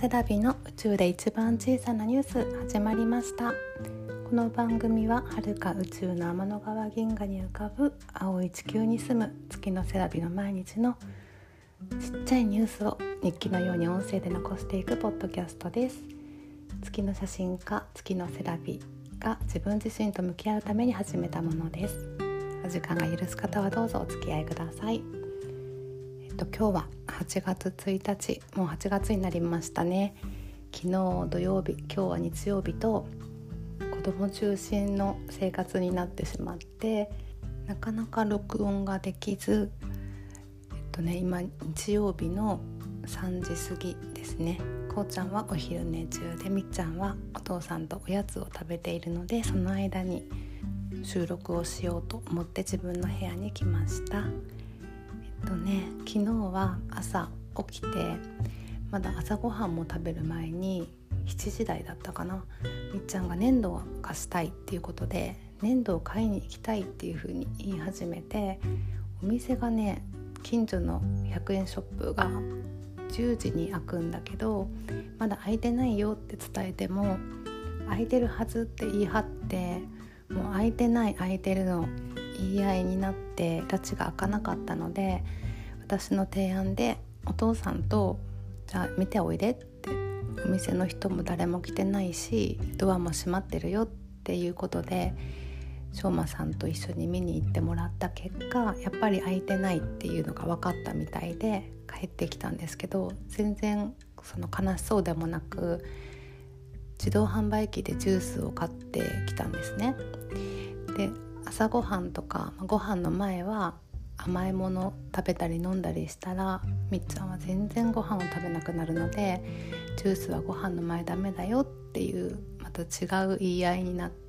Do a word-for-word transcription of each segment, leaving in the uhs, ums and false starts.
セラビの宇宙で一番小さなニュース始まりました。この番組は遥か宇宙の天の川銀河に浮かぶ青い地球に住む月のセラビの毎日のちっちゃいニュースを日記のように音声で残していくポッドキャストです。月の写真家月のセラビが自分自身と向き合うために始めたものです。お時間が許す方はどうぞお付き合いください。えっと今日ははちがつついたち、もうはちがつになりましたね。昨日土曜日、今日は日曜日と子供中心の生活になってしまって、なかなか録音ができず、えっとね今日曜日のさんじ過ぎですね。こうちゃんはお昼寝中で、みっちゃんはお父さんとおやつを食べているので、その間に収録をしようと思って自分の部屋に来ました。えっとね昨日は朝起きて、まだ朝ごはんも食べる前にしちじ台だったかな、みっちゃんが粘土を貸したいっていうことで粘土を買いに行きたいっていう風に言い始めて、お店がね近所のひゃくえんショップがじゅうじに開くんだけど、まだ開いてないよって伝えても開いてるはずって言い張って、もう開いてない開いてるの言い合いになって拉致が開かなかったので、私の提案でお父さんとじゃあ見ておいでって、お店の人も誰も来てないしドアも閉まってるよっていうことでしょうまさんと一緒に見に行ってもらった結果、やっぱり開いてないっていうのが分かったみたいで帰ってきたんですけど、全然その悲しそうでもなく自動販売機でジュースを買ってきたんですね。で朝ごはんとかご飯の前は甘いもの食べたり飲んだりしたら、みっちゃんは全然ご飯を食べなくなるので、ジュースはご飯の前ダメだよっていうまた違う言い合いになって、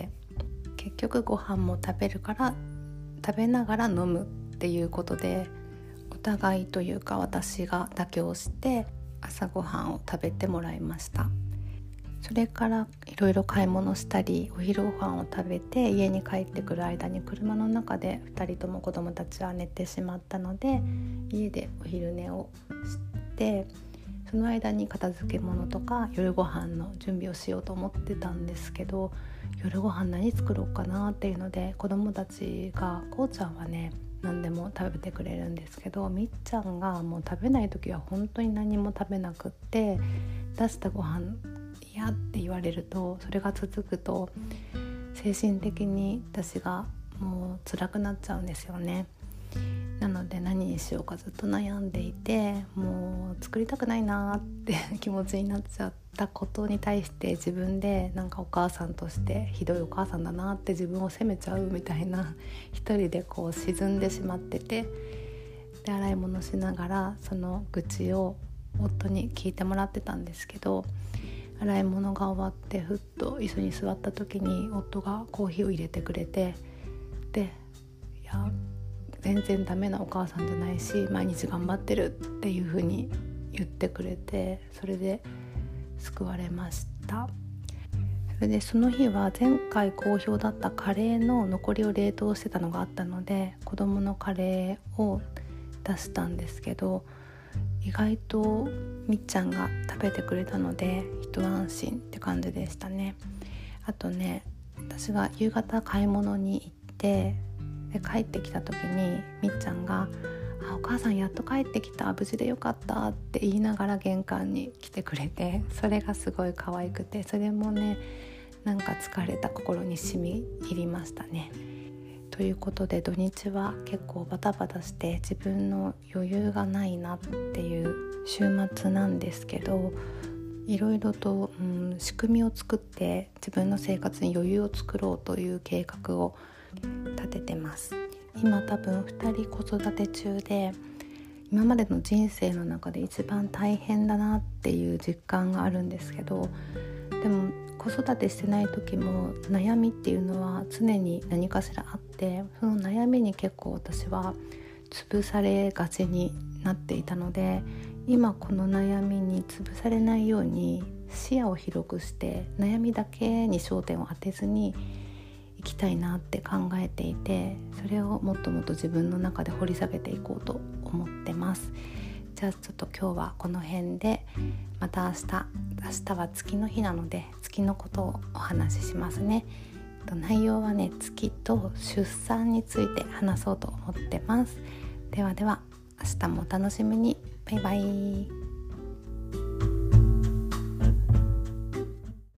結局ご飯も食べるから食べながら飲むっていうことで、お互いというか私が妥協して朝ごはんを食べてもらいました。それからいろいろ買い物したり、お昼ご飯を食べて家に帰ってくる間に車の中でふたりとも子供たちは寝てしまったので、家でお昼寝をして、その間に片付け物とか夜ご飯の準備をしようと思ってたんですけど、夜ご飯何作ろうかなっていうので、子供たちが、こうちゃんはね何でも食べてくれるんですけど、みっちゃんがもう食べない時は本当に何も食べなくって、出したご飯嫌って言われると、それが続くと精神的に私がもう辛くなっちゃうんですよね。なので何にしようかずっと悩んでいて、もう作りたくないなって気持ちになっちゃったことに対して、自分でなんかお母さんとしてひどいお母さんだなって自分を責めちゃうみたいな、一人でこう沈んでしまってて、で洗い物しながらその愚痴を夫に聞いてもらってたんですけど、洗い物が終わってふっと椅子に座った時に夫がコーヒーを入れてくれて、でいや全然ダメなお母さんじゃないし毎日頑張ってるっていう風に言ってくれて、それで救われました。それでその日は前回好評だったカレーの残りを冷凍してたのがあったので、子供のカレーを出したんですけど、意外とみっちゃんが食べてくれたので一安心って感じでしたね。あとね、私が夕方買い物に行ってで帰ってきた時にみっちゃんがあお母さんやっと帰ってきた、無事でよかったって言いながら玄関に来てくれて、それがすごい可愛くて、それもねなんか疲れた心に染み入りましたね。ということで土日は結構バタバタして自分の余裕がないなっていう週末なんですけど、いろいろと、うん、仕組みを作って自分の生活に余裕を作ろうという計画を立ててます。今多分ふたり子育て中で、今までの人生の中で一番大変だなっていう実感があるんですけど、でも子育てしてない時も悩みっていうのは常に何かしらあって、その悩みに結構私は潰されがちになっていたので、今この悩みに潰されないように視野を広くして悩みだけに焦点を当てずに生きたいなって考えていて、それをもっともっと自分の中で掘り下げていこうと思ってます。 じゃあちょっと今日はこの辺で、また明日明日は月の日なので月のことをお話ししますね。内容はね、月と出産について話そうと思ってます。ではでは、明日もお楽しみに。バイバイ。